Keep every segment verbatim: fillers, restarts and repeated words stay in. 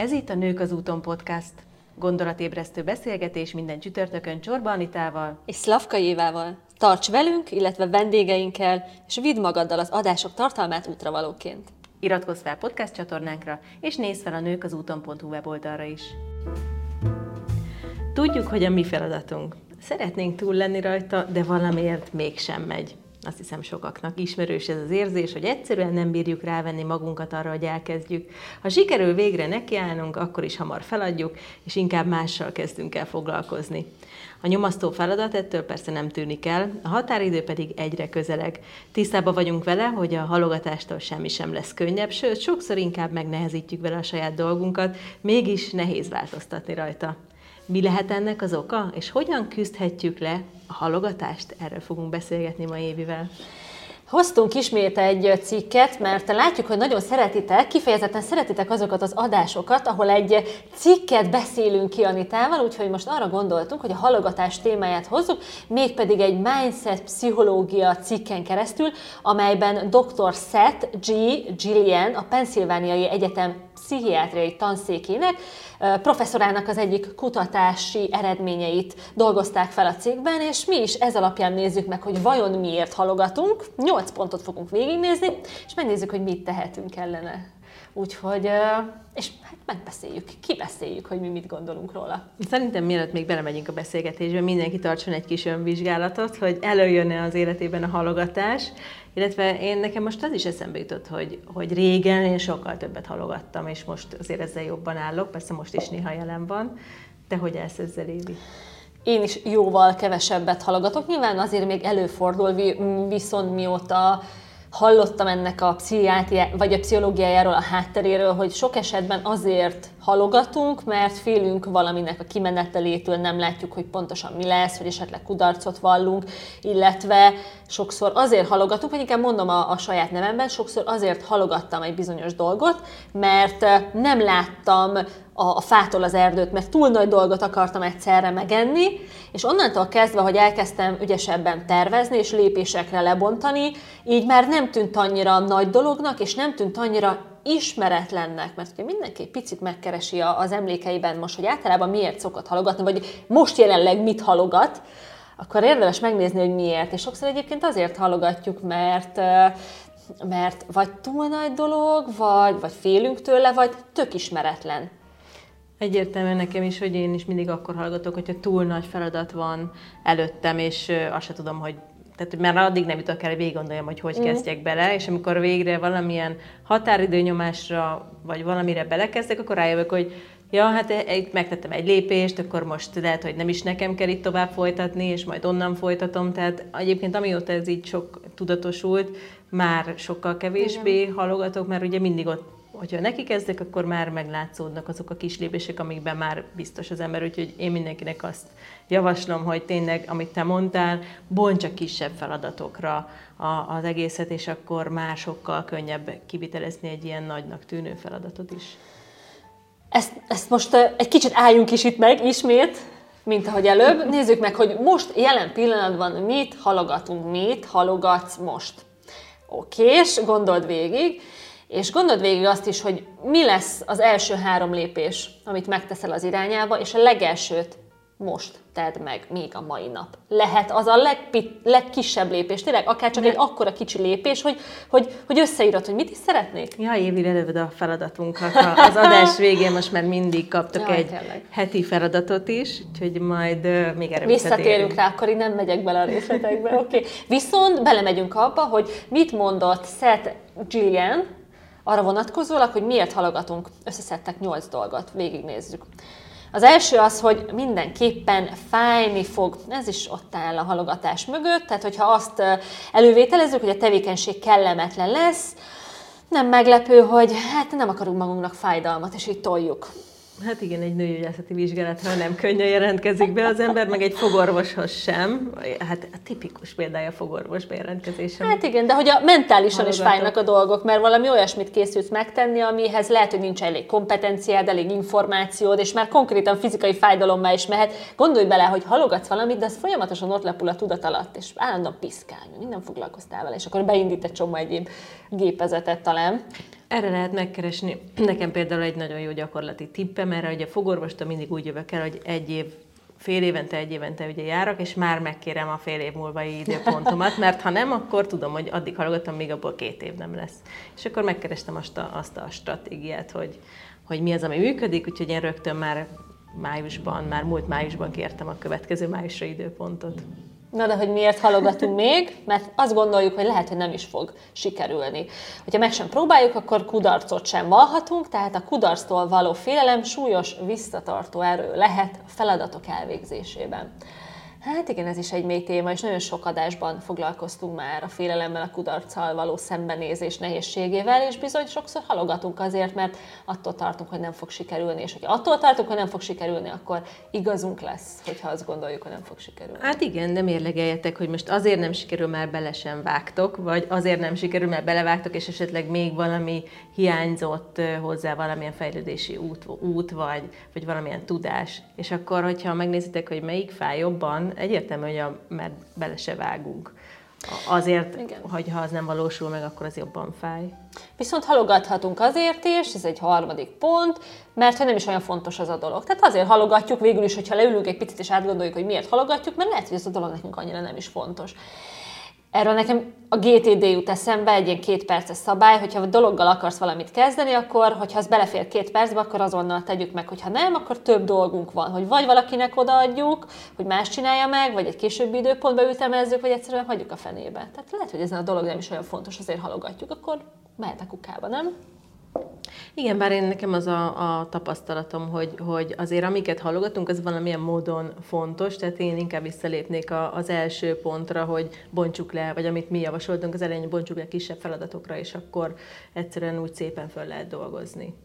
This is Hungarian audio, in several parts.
Ez itt a Nők az úton podcast. Gondolatébresztő beszélgetés minden csütörtökön Csorba Anitával és Szlavka Évával. Tarts velünk, illetve vendégeinkkel, és vidd magaddal az adások tartalmát útravalóként. Iratkozz fel podcast csatornánkra, és nézz fel a nők az úton pont hu weboldalra is. Tudjuk, hogy a mi feladatunk. Szeretnénk túl lenni rajta, de valamiért mégsem megy. Azt hiszem, sokaknak ismerős ez az érzés, hogy egyszerűen nem bírjuk rávenni magunkat arra, hogy elkezdjük. Ha sikerül végre nekiállnunk, akkor is hamar feladjuk, és inkább mással kezdünk el foglalkozni. A nyomasztó feladat ettől persze nem tűnik el, a határidő pedig egyre közeleg. Tisztában vagyunk vele, hogy a halogatástól semmi sem lesz könnyebb, sőt, sokszor inkább megnehezítjük vele a saját dolgunkat, mégis nehéz változtatni rajta. Mi lehet ennek az oka, és hogyan küzdhetjük le a halogatást? Erről fogunk beszélgetni ma Évivel. Hoztunk ismét egy cikket, mert látjuk, hogy nagyon szeretitek, kifejezetten szeretitek azokat az adásokat, ahol egy cikket beszélünk ki Anitával, úgyhogy most arra gondoltunk, hogy a halogatás témáját hozzuk, mégpedig egy mindset pszichológia cikken keresztül, amelyben doktor Seth G. Gillian, a Pennsylvániai Egyetem pszichiátriai tanszékének professzorának az egyik kutatási eredményeit dolgozták fel a cikkben, és mi is ez alapján nézzük meg, hogy vajon miért halogatunk. Nyolc pontot fogunk végignézni, és megnézzük, hogy mit tehetünk ellene. Úgyhogy, és hát megbeszéljük, kibeszéljük, hogy mi mit gondolunk róla. Szerintem mielőtt még belemegyünk a beszélgetésbe, mindenki tartson egy kis önvizsgálatot, hogy előjön-e az életében a halogatás, illetve én nekem most az is eszembe jutott, hogy, hogy régen én sokkal többet halogattam, és most azért ezzel jobban állok, persze most is néha jelen van. Te hogy állsz ezzel, Évi? Én is jóval kevesebbet halogatok, nyilván azért még előfordul, viszont mióta hallottam ennek a pszichiátriá, vagy a pszichológiájáról, a hátteréről, hogy sok esetben azért halogatunk, mert félünk valaminek a kimenetelétől, nem látjuk, hogy pontosan mi lesz, hogy esetleg kudarcot vallunk, illetve sokszor azért halogatunk, vagy inkább mondom a, a saját nevemben, sokszor azért halogattam egy bizonyos dolgot, mert nem láttam a, a fától az erdőt, mert túl nagy dolgot akartam egyszerre megenni, és onnantól kezdve, hogy elkezdtem ügyesebben tervezni és lépésekre lebontani, így már nem tűnt annyira nagy dolognak, és nem tűnt annyira ismeretlennek, mert ugye mindenki egy picit megkeresi az emlékeiben most, hogy általában miért szokott halogatni, vagy most jelenleg mit halogat, akkor érdemes megnézni, hogy miért. És sokszor egyébként azért halogatjuk, mert, mert vagy túl nagy dolog, vagy, vagy félünk tőle, vagy tök ismeretlen. Egyértelműen nekem is, hogy én is mindig akkor hallgatok, hogyha túl nagy feladat van előttem, és azt sem tudom, hogy tehát már addig nem jutok el, hogy végig gondoljam, hogy hogy mm. kezdjek bele, és amikor végre valamilyen határidőnyomásra, vagy valamire belekezdek, akkor rájövök, hogy ja, hát itt megtettem egy lépést, akkor most lehet, hogy nem is nekem kell itt tovább folytatni, és majd onnan folytatom. Tehát egyébként amióta ez így sok tudatosult, már sokkal kevésbé igen. halogatok, mert ugye mindig ott, hogyha neki kezdek, akkor már meglátszódnak azok a kis lépések, amikben már biztos az ember, úgyhogy én mindenkinek azt javaslom, hogy tényleg, amit te mondtál, bontsa kisebb feladatokra a, az egészet, és akkor már sokkal könnyebb kivitelezni egy ilyen nagynak tűnő feladatot is. Ezt, ezt most egy kicsit álljunk is itt meg ismét, mint ahogy előbb. Nézzük meg, hogy most jelen pillanatban mit halogatunk, mit halogatsz most. Okés, gondold végig. És gondold végig azt is, hogy mi lesz az első három lépés, amit megteszel az irányába, és a legelsőt most tedd meg, még a mai nap. Lehet az a legpit, legkisebb lépés, tényleg akár csak De... egy akkora kicsi lépés, hogy, hogy, hogy összeírod, hogy mit is szeretnék. Ja, Évi, előved a feladatunkat. Az adás végén most már mindig kaptok Jaj, egy tényleg. heti feladatot is, úgyhogy majd uh, még erre visszatérünk rá, akkor én nem megyek bele a részletekbe. Okay. Viszont belemegyünk abba, hogy mit mondott Seth Gillian, arra vonatkozólag, hogy miért halogatunk. Összeszedtek nyolc dolgot, végignézzük. Az első az, hogy mindenképpen fájni fog. Ez is ott áll a halogatás mögött, tehát hogyha azt elővételezzük, hogy a tevékenység kellemetlen lesz, nem meglepő, hogy hát nem akarunk magunknak fájdalmat, és így toljuk. Hát igen, egy nőgyógyászati vizsgálatra nem könnyen jelentkezik be az ember, meg egy fogorvoshoz sem. Hát a tipikus példája a fogorvos bejelentkezésem. Hát igen, de hogy a mentálisan halogatok. Is fájnak a dolgok, mert valami olyasmit készülsz megtenni, amihez lehet, hogy nincs elég kompetenciád, elég információd, és már konkrétan fizikai fájdalommá is mehet. Gondolj bele, hogy halogatsz valamit, de az folyamatosan ott lepul a tudat alatt, és állandóan piszkál, minden foglalkoztál vele, és akkor beindít egy csomó egyéb gépezetet talán. Erre lehet megkeresni. Nekem például egy nagyon jó gyakorlati tippem, erre ugye a fogorvostól mindig úgy jövök el, hogy egy év, fél évente, egy évente ugye járok, és már megkérem a fél év múlvai időpontomat, mert ha nem, akkor tudom, hogy addig hallgatom, még abból két év nem lesz. És akkor megkerestem azt a, azt a stratégiát, hogy, hogy mi az, ami működik, úgyhogy én rögtön már májusban, már múlt májusban kértem a következő májusra időpontot. Na de hogy miért halogatunk még? Mert azt gondoljuk, hogy lehet, hogy nem is fog sikerülni. Hogyha meg sem próbáljuk, akkor kudarcot sem vallhatunk, tehát a kudarctól való félelem súlyos visszatartó erő lehet a feladatok elvégzésében. Hát igen, ez is egy mély téma, és nagyon sok adásban foglalkoztunk már a félelemmel, a kudarccal való szembenézés nehézségével, és bizony sokszor halogatunk azért, mert attól tartunk, hogy nem fog sikerülni, és hogyha attól tartunk, hogy nem fog sikerülni, akkor igazunk lesz, hogyha azt gondoljuk, hogy nem fog sikerülni. Hát igen, de mérlegeljetek, hogy most azért nem sikerül, mert bele sem vágtok, vagy azért nem sikerül, mert belevágtok, és esetleg még valami hiányzott hozzá, valamilyen fejlődési út, út vagy, vagy valamilyen tudás. És akkor, hogyha megnézitek, hogy melyik fáj jobban, egyértelmű, hogy a, mert bele se vágunk. Azért, igen, hogy ha az nem valósul meg, akkor az jobban fáj. Viszont halogathatunk azért is, ez egy harmadik pont, mert hogy nem is olyan fontos az a dolog. Tehát azért halogatjuk végül is, hogyha leülünk egy picit és átgondoljuk, hogy miért halogatjuk, mert lehet, hogy ez a dolog nekünk annyira nem is fontos. Erről nekem a gé té dé jut eszembe, egy ilyen két perces szabály, hogyha a dologgal akarsz valamit kezdeni, akkor, hogyha az belefér két percbe, akkor azonnal tegyük meg, hogyha nem, akkor több dolgunk van, hogy vagy valakinek odaadjuk, hogy más csinálja meg, vagy egy későbbi időpontba ütemezzük, vagy egyszerűen hagyjuk a fenébe. Tehát lehet, hogy ez a dolog nem is olyan fontos, azért halogatjuk, akkor mehet a kukába, nem? Igen, bár én nekem az a, a tapasztalatom, hogy, hogy azért amiket halogatunk, az valamilyen módon fontos, tehát én inkább visszalépnék a, az első pontra, hogy bontsuk le, vagy amit mi javasoltunk az elején, bontsuk le kisebb feladatokra, és akkor egyszerűen úgy szépen föl lehet dolgozni.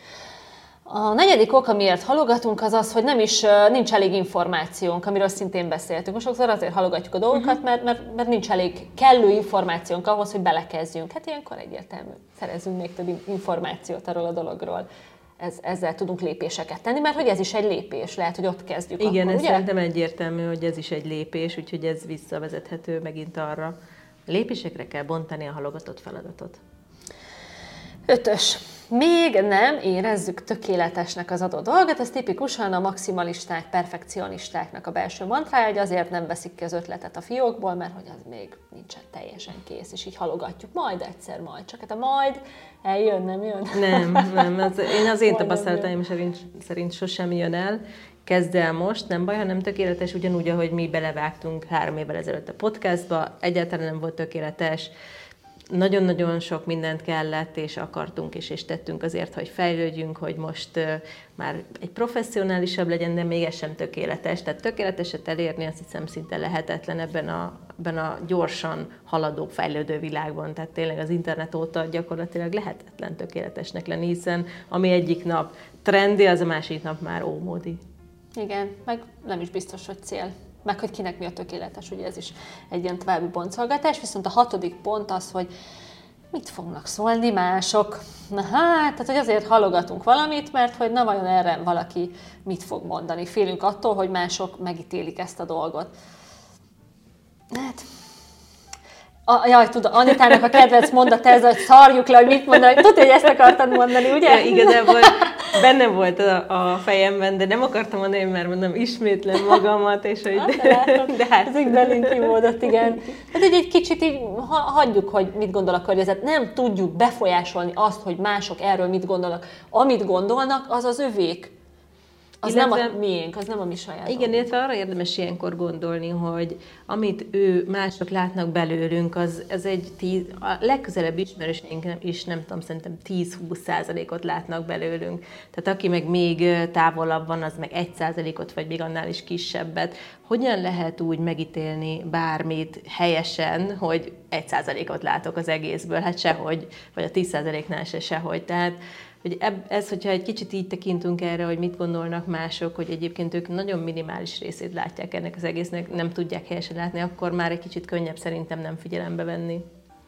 A negyedik ok, amiért halogatunk, az az, hogy nem is, nincs elég információnk, amiről szintén beszéltünk. Most sokszor azért halogatjuk a dolgokat, uh-huh. mert, mert, mert nincs elég kellő információnk ahhoz, hogy belekezdjünk. Hát ilyenkor egyértelmű, szerezzünk még több információt arról a dologról. Ez, ezzel tudunk lépéseket tenni, mert hogy ez is egy lépés, lehet, hogy ott kezdjük. Igen, akkor, ez ugye? szerintem egyértelmű, hogy ez is egy lépés, úgyhogy ez visszavezethető megint arra. Lépésekre kell bontani a halogatott feladatot. Ötös. Még nem érezzük tökéletesnek az adott dolgot, ez tipikusan a maximalisták, perfekcionistáknak a belső mantrája, hogy azért nem veszik ki az ötletet a fiókból, mert hogy az még nincsen teljesen kész, és így halogatjuk, majd egyszer, majd. Csak hát a majd eljön, nem jön? Nem, nem. Az, én az én tapasztalataim szerint, szerint sosem jön el. Kezd el most, nem baj, ha nem tökéletes, ugyanúgy, ahogy mi belevágtunk három évvel ezelőtt a podcastba, egyáltalán nem volt tökéletes. Nagyon-nagyon sok mindent kellett, és akartunk, és, és tettünk azért, hogy fejlődjünk, hogy most uh, már egy professzionálisabb legyen, de még ez sem tökéletes. Tehát tökéleteset elérni, azt hiszem szinte lehetetlen ebben a, ebben a gyorsan haladó, fejlődő világban. Tehát tényleg az internet óta gyakorlatilag lehetetlen tökéletesnek lenni, hiszen ami egyik nap trendi, az a másik nap már ómódi. Igen, meg nem is biztos, hogy cél. Meg hogy kinek mi a tökéletes, ugye ez is egy ilyen további pontszolgáltatás. Viszont a hatodik pont az, hogy mit fognak szólni mások. Na hát, tehát hogy azért halogatunk valamit, mert hogy na vajon erre valaki mit fog mondani. Félünk attól, hogy mások megítélik ezt a dolgot. Hát... A, jaj, tudom, Anitának a kedvenc mondata ez, hogy szarjuk le, hogy mit mondani. Tudod, hogy ezt akartad mondani, ugye? Ja, igazából benne volt a, a fejemben, de nem akartam mondani, mert mondom, ismétlem magamat, és hogy... Hát, de, de hát... Ez egy belünk kimódott, igen. Hát egy, egy kicsit így ha, hagyjuk, hogy mit gondol a környezet. Nem tudjuk befolyásolni azt, hogy mások erről mit gondolnak. Amit gondolnak, az az övék. Az illetve, nem a miénk, az nem a mi saját. Igen, illetve arra érdemes ilyenkor gondolni, hogy amit ő mások látnak belőlünk, az, az egy tíz, a legközelebb ismerőseink is, nem tudom, szerintem tíz-húsz százalékot látnak belőlünk. Tehát aki meg még távolabb van, az meg egy százalékot, vagy még annál is kisebbet. Hogyan lehet úgy megítélni bármit helyesen, hogy egy százalékot látok az egészből? Hát sehogy, vagy a tíz százaléknál se sehogy. Tehát hogy ez, hogyha egy kicsit így tekintünk erre, hogy mit gondolnak mások, hogy egyébként ők nagyon minimális részét látják ennek az egésznek, nem tudják helyesen látni, akkor már egy kicsit könnyebb szerintem nem figyelembe venni.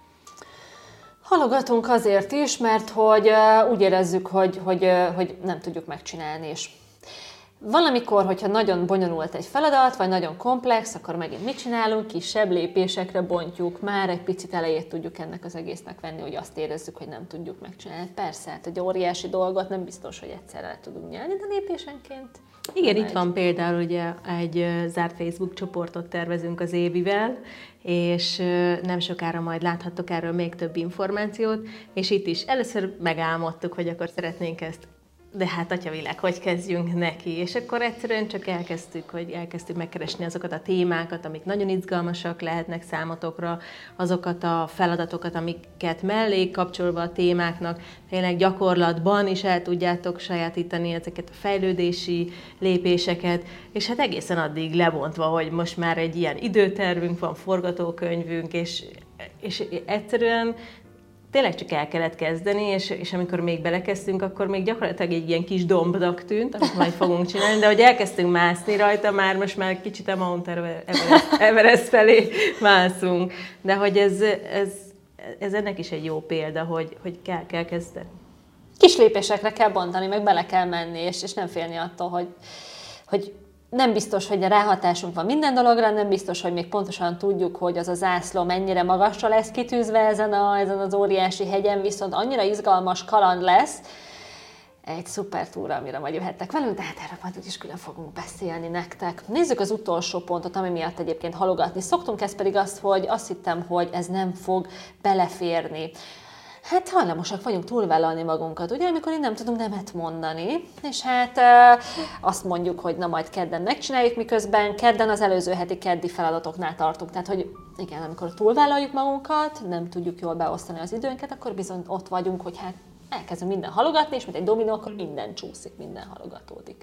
Halogatunk azért is, mert hogy uh, úgy érezzük, hogy, hogy, uh, hogy nem tudjuk megcsinálni, és Valamikor, hogyha nagyon bonyolult egy feladat, vagy nagyon komplex, akkor megint mit csinálunk? Kisebb lépésekre bontjuk, már egy picit elejét tudjuk ennek az egésznek venni, hogy azt érezzük, hogy nem tudjuk megcsinálni. Persze, hát egy óriási dolgot nem biztos, hogy egyszerre le tudunk nyelni, de lépésenként. Igen, itt van például ugye egy zárt Facebook csoportot tervezünk az Évivel, és nem sokára majd láthattok erről még több információt, és itt is először megálmodtuk, hogy akkor szeretnénk ezt, de hát atyavilág, hogy kezdjünk neki, és akkor egyszerűen csak elkezdtük, hogy elkezdtük megkeresni azokat a témákat, amik nagyon izgalmasak lehetnek számotokra, azokat a feladatokat, amiket mellé kapcsolva a témáknak, tényleg gyakorlatban is el tudjátok sajátítani ezeket a fejlődési lépéseket, és hát egészen addig lebontva, hogy most már egy ilyen időtervünk van, forgatókönyvünk, és, és egyszerűen tényleg csak el kellett kezdeni, és, és amikor még belekezdtünk, akkor még gyakorlatilag egy ilyen kis dombnak tűnt, amit majd fogunk csinálni, de hogy elkezdtünk mászni rajta, már most már kicsit a Mount Everest, Everest felé mászunk. De hogy ez, ez, ez ennek is egy jó példa, hogy, hogy kell, kell kezdeni. Kis lépésekre kell bontani, meg bele kell menni, és, és nem félni attól, hogy, hogy nem biztos, hogy a ráhatásunk van minden dologra, nem biztos, hogy még pontosan tudjuk, hogy az a zászló mennyire magasra lesz kitűzve ezen, a, ezen az óriási hegyen, viszont annyira izgalmas kaland lesz, egy szuper túra, amire majd jöhettek velünk, de hát erről majd is külön fogunk beszélni nektek. Nézzük az utolsó pontot, ami miatt egyébként halogatni szoktunk, ez pedig az, hogy azt hittem, hogy ez nem fog beleférni. Hát hajlamosak vagyunk túlvállalni magunkat, ugye, amikor én nem tudunk nemet mondani, és hát e, azt mondjuk, hogy na majd kedden megcsináljuk, miközben kedden az előző heti keddi feladatoknál tartunk. Tehát, hogy igen, amikor túlvállaljuk magunkat, nem tudjuk jól beosztani az időnket, akkor bizony ott vagyunk, hogy hát elkezdünk minden halogatni, és mint egy dominó, akkor minden csúszik, minden halogatódik.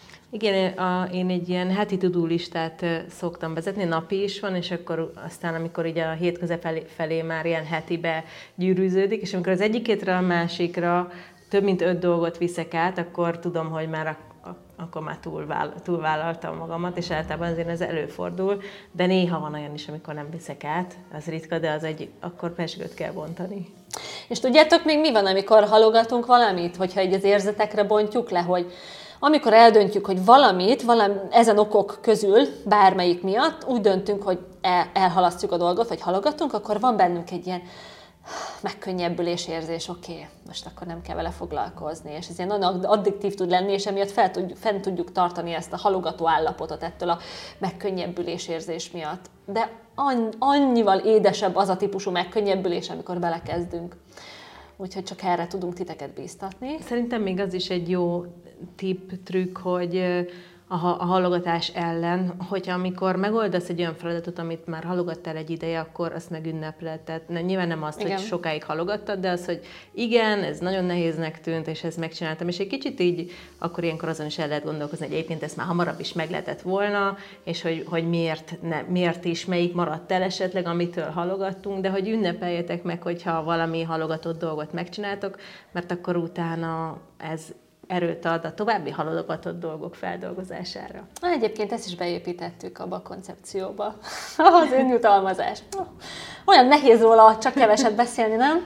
Igen, a, én egy ilyen heti to-do listát szoktam vezetni, napi is van, és akkor aztán, amikor így a hétköznap felé, felé már ilyen hetibe gyűrűződik, és amikor az egyik hétre a másikra több mint öt dolgot viszek át, akkor tudom, hogy már a, a, akkor már túlváll, túlvállaltam magamat, és általában azért ez előfordul, de néha van olyan is, amikor nem viszek át, az ritka, de az egy, akkor pezsgőt kell bontani. És tudjátok még mi van, amikor halogatunk valamit, hogyha így az érzetekre bontjuk le, hogy amikor eldöntjük, hogy valamit, valami, ezen okok közül, bármelyik miatt úgy döntünk, hogy el, elhalasztjuk a dolgot, vagy halogatunk, akkor van bennünk egy ilyen megkönnyebbülés érzés, oké, okay, most akkor nem kell vele foglalkozni, és ez ilyen nagyon addiktív tud lenni, és emiatt fel tudjuk, fenn tudjuk tartani ezt a halogató állapotot ettől a megkönnyebbülés érzés miatt. De annyival édesebb az a típusú megkönnyebbülés, amikor belekezdünk. Úgyhogy csak erre tudunk titeket bíztatni. Szerintem még az is egy jó tipp, trükk, hogy a halogatás ellen, hogyha amikor megoldasz egy olyan feladatot, amit már halogattál egy ideje, akkor azt megünnepled. Tehát nyilván nem azt, igen, hogy sokáig halogattad, de az, hogy igen, ez nagyon nehéznek tűnt, és ezt megcsináltam. És egy kicsit így, akkor ilyenkor azon is el lehet gondolkozni, hogy egyébként ezt már hamarabb is meg lehetett volna, és hogy, hogy miért, ne, miért is, melyik maradt el esetleg, amitől halogattunk, de hogy ünnepeljetek meg, hogyha valami halogatott dolgot megcsináltok, mert akkor utána ez erőt ad a további halogatott dolgok feldolgozására. Egyébként ezt is beépítettük abba a koncepcióba, az önjutalmazás. Olyan nehéz róla csak keveset beszélni, nem?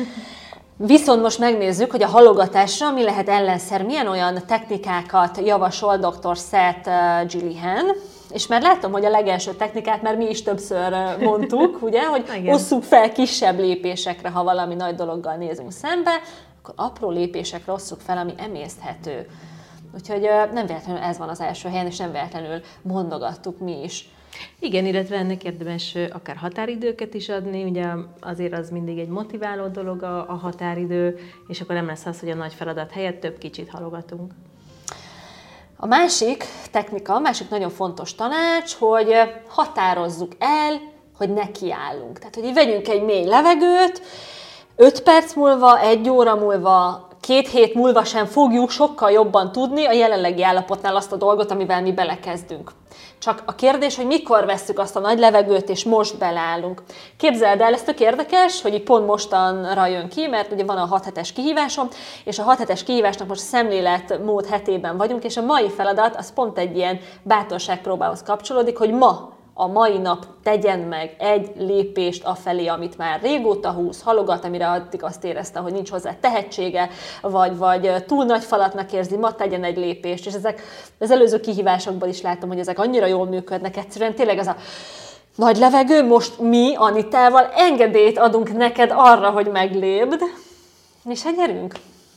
Viszont most megnézzük, hogy a halogatásra mi lehet ellenszer, milyen olyan technikákat javasol doktor Seth Gillihan, és már látom, hogy a legelső technikát már mi is többször mondtuk, ugye, hogy igen, osszuk fel kisebb lépésekre, ha valami nagy dologgal nézünk szembe, akkor apró lépésekre osszuk fel, ami emészthető. Úgyhogy nem véletlenül ez van az első helyen, és nem véletlenül mondogattuk mi is. Igen, illetve ennek érdemes akár határidőket is adni, ugye azért az mindig egy motiváló dolog a, a határidő, és akkor nem lesz az, hogy a nagy feladat helyett több kicsit halogatunk. A másik technika, a másik nagyon fontos tanács, hogy határozzuk el, hogy nekiállunk. Tehát, hogy így vegyünk egy mély levegőt, öt perc múlva, egy óra múlva, két hét múlva sem fogjuk sokkal jobban tudni a jelenlegi állapotnál azt a dolgot, amivel mi belekezdünk. Csak a kérdés, hogy mikor vesszük azt a nagy levegőt, és most beleállunk. Képzeld el, ez tök érdekes, hogy pont mostanra jön ki, mert ugye van a hat hetes kihívásom, és a hat hetes kihívásnak most szemléletmód hetében vagyunk, és a mai feladat az pont egy ilyen bátorságpróbához kapcsolódik, hogy ma a mai nap tegyen meg egy lépést afelé, amit már régóta húz, halogat, amire addig azt érezte, hogy nincs hozzá tehetsége, vagy, vagy túl nagy falatnak érzi, ma tegyen egy lépést. És ezek az előző kihívásokban is láttam, hogy ezek annyira jól működnek, egyszerűen tényleg ez a nagy levegő, most mi Anitával engedélyt adunk neked arra, hogy meglépd, és hát gyerünk!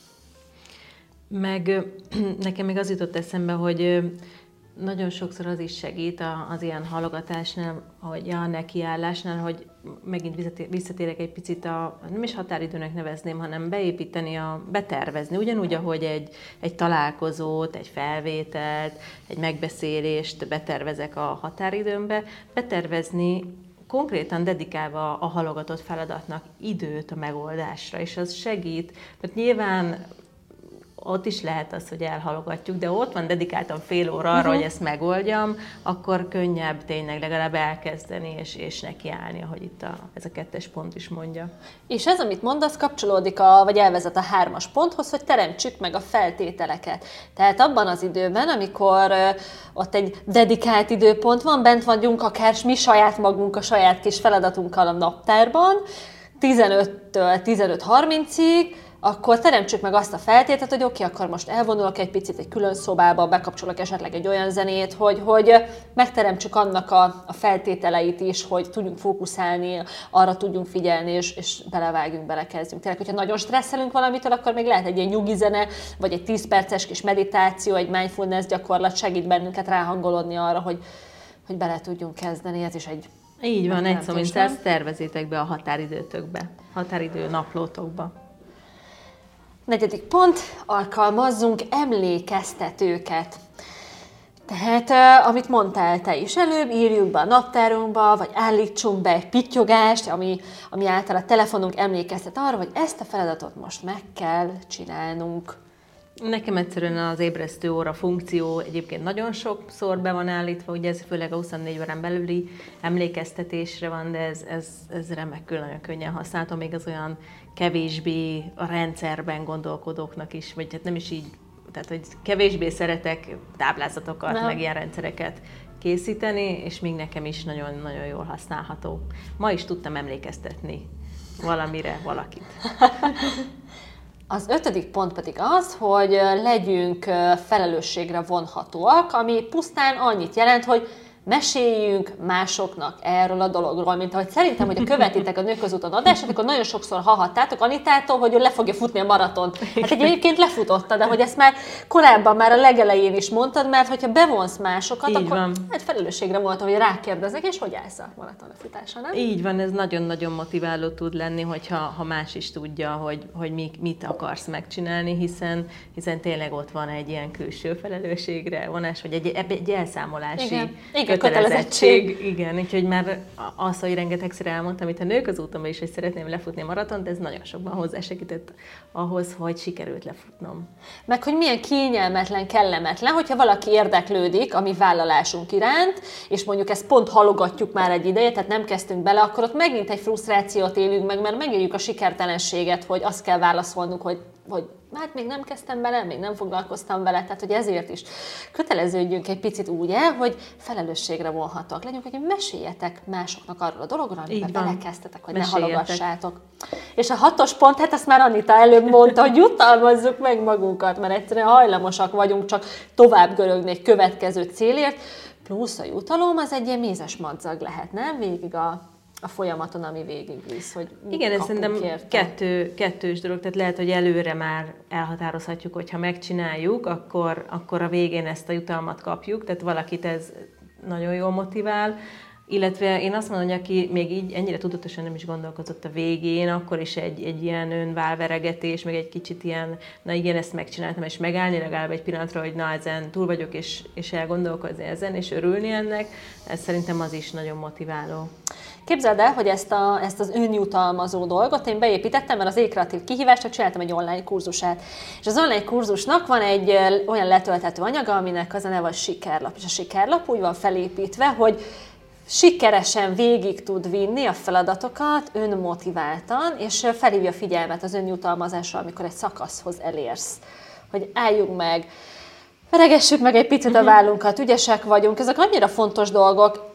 Meg nekem még az jutott eszembe, hogy nagyon sokszor az is segít az ilyen halogatásnál, vagy a nekiállásnál, hogy megint visszatérek egy picit a, nem is határidőnek nevezném, hanem beépíteni, a, betervezni, ugyanúgy, ahogy egy, egy találkozót, egy felvételt, egy megbeszélést betervezek a határidőmbe, betervezni konkrétan dedikálva a halogatott feladatnak időt a megoldásra, és az segít, mert nyilván ott is lehet az, hogy elhalogatjuk, de ott van dedikáltan fél óra arra, uh-huh. hogy ezt megoldjam, akkor könnyebb tényleg legalább elkezdeni és, és nekiállni, ahogy itt a, ez a kettes pont is mondja. És ez, amit mondasz, kapcsolódik, a, vagy elvezet a hármas ponthoz, hogy teremtsük meg a feltételeket. Tehát abban az időben, amikor ö, ott egy dedikált időpont van, bent vagyunk akár mi saját magunk a saját kis feladatunkkal a naptárban, tizenöttől tizenöt harmincig, akkor teremtsük meg azt a feltételt, hogy oké, okay, akkor most elvonulok egy picit egy külön szobába, bekapcsolok esetleg egy olyan zenét, hogy, hogy megteremtsük annak a, a feltételeit is, hogy tudjunk fókuszálni, arra tudjunk figyelni, és, és belevágjunk, belekezdjünk. Tényleg, hogyha nagyon stresszelünk valamitől, akkor még lehet egy ilyen nyugi zene, vagy egy tíz perces kis meditáció, egy mindfulness gyakorlat segít bennünket ráhangolódni arra, hogy, hogy bele tudjunk kezdeni. Ez is egy Így van, egy szó, mint száz, tervezétek be a határidőtökbe, határidő naplótokba. Negyedik pont, alkalmazzunk emlékeztetőket. Tehát, amit mondtál te is előbb, írjuk be a naptárunkba, vagy állítsunk be egy pittyogást, ami, ami által a telefonunk emlékeztet arra, hogy ezt a feladatot most meg kell csinálnunk. Nekem egyszerűen az ébresztő óra funkció egyébként nagyon sokszor be van állítva, ugye ez főleg a huszonnégy órán belüli emlékeztetésre van, de ez, ez, ez remekül, nagyon könnyen használható, még az olyan kevésbé a rendszerben gondolkodóknak is, vagy hát nem is így, tehát hogy kevésbé szeretek táblázatokat, nem. meg ilyen rendszereket készíteni, és még nekem is nagyon-nagyon jól használható. Ma is tudtam emlékeztetni valamire valakit. Az ötödik pont pedig az, hogy legyünk felelősségre vonhatóak, ami pusztán annyit jelent, hogy meséljünk másoknak erről a dologról, mint ahogy szerintem, hogyha követitek a Nők közúton adását, akkor nagyon sokszor hallhattátok Anitától, hogy ő le fogja futni a maratont. Hát egyébként lefutotta, de hogy ezt már korábban, már a legelején is mondtad, mert hogyha bevonsz másokat, így akkor van. Hát felelősségre volt, hogy rákérdezek, és hogy állsz a maraton lefutása, nem? Így van, ez nagyon-nagyon motiváló tud lenni, hogyha ha más is tudja, hogy, hogy mi, mit akarsz megcsinálni, hiszen, hiszen tényleg ott van egy ilyen külső felelősségre vonás, vagy egy, egy elszámolási Igen. Igen. kötelezettség. Igen, úgyhogy már az, hogy rengetegszer elmondtam itt a Nők az úton is, hogy szeretném lefutni a maratont, ez nagyon sokban hozzásegített ahhoz, hogy sikerült lefutnom. Meg, hogy milyen kényelmetlen, kellemetlen, hogyha valaki érdeklődik a mi vállalásunk iránt, és mondjuk ezt pont halogatjuk már egy ideje, tehát nem kezdtünk bele, akkor ott megint egy frusztrációt élünk meg, mert megéljük a sikertelenséget, hogy azt kell válaszolnunk, hogy, hogy hát még nem kezdtem bele, még nem foglalkoztam vele, tehát hogy ezért is köteleződjünk egy picit úgy el, hogy felelősségre vonhatóak legyünk, hogy meséljetek másoknak arról a dologról, amiben belekezdtetek, hogy meséljetek. Ne halogassátok. És a hatos pont, hát ezt már Anita előbb mondta, hogy jutalmazzuk meg magunkat, mert egyszerűen hajlamosak vagyunk csak tovább görögni egy következő célért, plusz a jutalom az egy ilyen mézes madzag lehet, nem? Végig a a folyamaton, ami végigvisz, hogy igen, ez szerintem kettő, kettős dolog, tehát lehet, hogy előre már elhatározhatjuk, hogy ha megcsináljuk, akkor, akkor a végén ezt a jutalmat kapjuk, tehát valakit ez nagyon jól motivál, illetve én azt mondom, hogy aki még így ennyire tudatosan nem is gondolkozott a végén, akkor is egy, egy ilyen önválveregetés, meg egy kicsit ilyen, na igen, ezt megcsináltam, és megállni legalább egy pillanatra, hogy na ezen túl vagyok, és, és elgondolkozni ezen, és örülni ennek, ez szerintem az is nagyon motiváló. Képzeld el, hogy ezt, a, ezt az önjutalmazó dolgot én beépítettem, mert az e-kreatív kihívásnak csináltam egy online kurzusát. És az online kurzusnak van egy olyan letölthető anyaga, aminek az a neve a sikerlap. És a sikerlap úgy van felépítve, hogy sikeresen végig tud vinni a feladatokat önmotiváltan, és felhívja a figyelmet az önjutalmazásra, amikor egy szakaszhoz elérsz. Hogy álljunk meg, regessük meg egy picit a vállunkat, ügyesek vagyunk, ezek annyira fontos dolgok.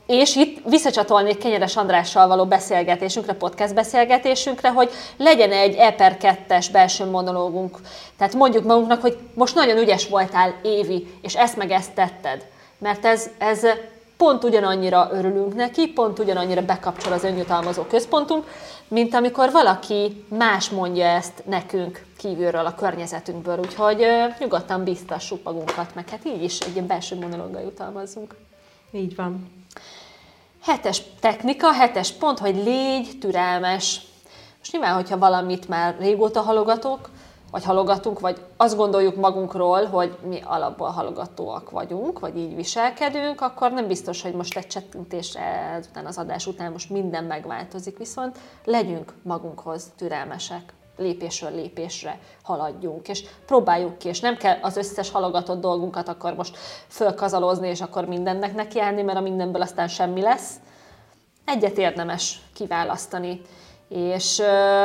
és itt visszacsatolnék Kenyeres Andrással való beszélgetésünkre, podcast beszélgetésünkre, hogy legyen egy E per kettes belső monológunk. Tehát mondjuk magunknak, hogy most nagyon ügyes voltál, Évi, és ezt meg ezt tetted. Mert ez, ez pont ugyanannyira örülünk neki, pont ugyanannyira bekapcsol az önjutalmazó központunk, mint amikor valaki más mondja ezt nekünk kívülről, a környezetünkből. Úgyhogy nyugodtan biztassuk magunkat, meg hát így is egy ilyen belső monológgal jutalmazzunk. Így van. Hetes technika, hetes pont, hogy légy türelmes. Most nyilván, hogyha valamit már régóta halogatok, vagy halogatunk, vagy azt gondoljuk magunkról, hogy mi alapból halogatóak vagyunk, vagy így viselkedünk, akkor nem biztos, hogy most egy csettintésre, ezután az adás után most minden megváltozik, viszont legyünk magunkhoz türelmesek. Lépésről lépésre haladjunk, és próbáljuk ki, és nem kell az összes halogatott dolgunkat akkor most fölkazalozni, és akkor mindennek nekiállni, mert a mindenből aztán semmi lesz. Egyet érdemes kiválasztani, és,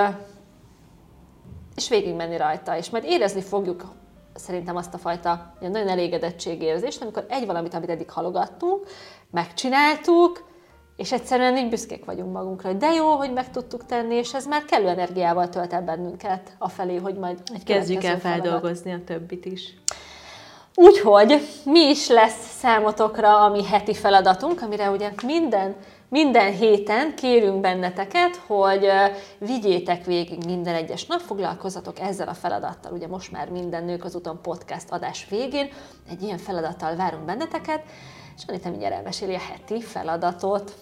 és végigmenni rajta, és majd érezni fogjuk szerintem azt a fajta nagyon elégedettségérzést, amikor egy valamit, amit eddig halogattunk, megcsináltuk, és egyszerűen így büszkék vagyunk magunkra, hogy de jó, hogy meg tudtuk tenni, és ez már kellő energiával tölt el bennünket afelé, hogy majd kezdjük el feldolgozni a többit is. Úgyhogy mi is lesz számotokra a mi heti feladatunk, amire ugye minden, minden héten kérünk benneteket, hogy vigyétek végig minden egyes nap, foglalkozzatok ezzel a feladattal. Ugye most már minden Nők az úton podcast adás végén egy ilyen feladattal várunk benneteket, és Anita mindjárt elmeséli a heti feladatot.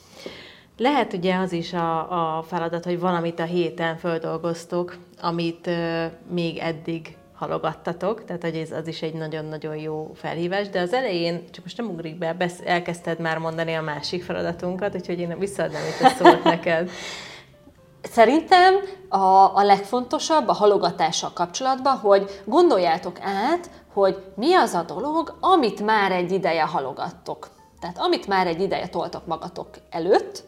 Lehet ugye az is a, a feladat, hogy valamit a héten földolgoztok, amit uh, még eddig halogattatok, tehát hogy ez az is egy nagyon-nagyon jó felhívás, de az elején, csak most nem ugrik be, besz, elkezdted már mondani a másik feladatunkat, úgyhogy én visszaadnám itt a szót neked. Szerintem a, a legfontosabb a halogatással kapcsolatban, hogy gondoljátok át, hogy mi az a dolog, amit már egy ideje halogattok. Tehát amit már egy ideje toltok magatok előtt,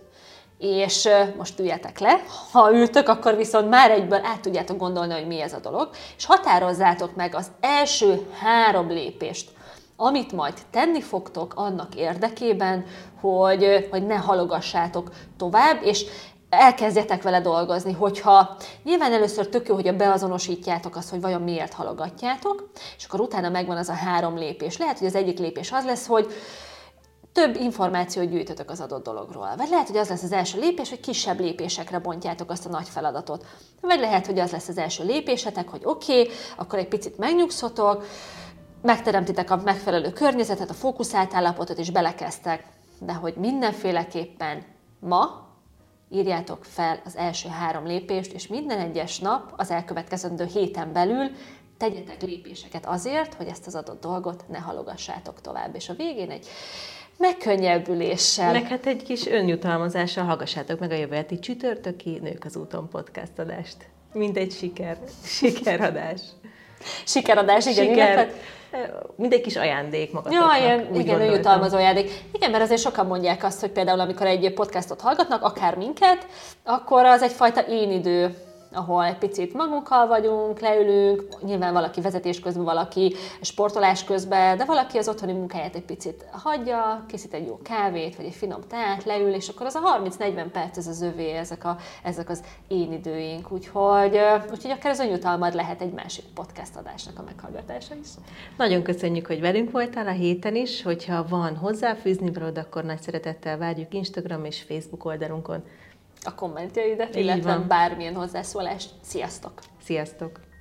és most üljetek le, ha ültök, akkor viszont már egyből át tudjátok gondolni, hogy mi ez a dolog, és határozzátok meg az első három lépést, amit majd tenni fogtok annak érdekében, hogy, hogy ne halogassátok tovább, és elkezdjetek vele dolgozni, hogyha nyilván először tök jó, hogy beazonosítjátok azt, hogy vajon miért halogatjátok, és akkor utána megvan az a három lépés. Lehet, hogy az egyik lépés az lesz, hogy több információt gyűjtötök az adott dologról. Vagy lehet, hogy az lesz az első lépés, hogy kisebb lépésekre bontjátok azt a nagy feladatot. Vagy lehet, hogy az lesz az első lépésetek, hogy oké, okay, akkor egy picit megnyugszotok, megteremtitek a megfelelő környezetet, a fókuszált állapotot, és belekezdtek. De hogy mindenféleképpen ma írjátok fel az első három lépést, és minden egyes nap az elkövetkezendő héten belül tegyetek lépéseket azért, hogy ezt az adott dolgot ne halogassátok tovább. És a végén egy megkönnyebbüléssel. Meg hát egy kis önjutalmazással hallgassátok meg a jövő heti csütörtöki Nők az úton podcast adást. Mint egy siker, sikeradás. Sikeradás, igen. Siker, mint egy kis ajándék magatoknak. Ja, ilyen, igen, önjutalmazó ajándék. Igen, mert azért sokan mondják azt, hogy például amikor egy podcastot hallgatnak, akár minket, akkor az egyfajta én idő, ahol egy picit magunkkal vagyunk, leülünk, nyilván valaki vezetés közben, valaki sportolás közben, de valaki az otthoni munkáját egy picit hagyja, készít egy jó kávét, vagy egy finom teát, leül, és akkor az a harminc-negyven perc, ez az övé, ezek, a, ezek az én időink. Úgyhogy, úgyhogy akár az önjutalmad lehet egy másik podcast adásnak a meghallgatása is. Nagyon köszönjük, hogy velünk voltál a héten is, hogyha van hozzáfűzni valód, akkor nagy szeretettel várjuk Instagram és Facebook oldalunkon a kommentjeidet, illetve bármilyen hozzászólást. Sziasztok! Sziasztok!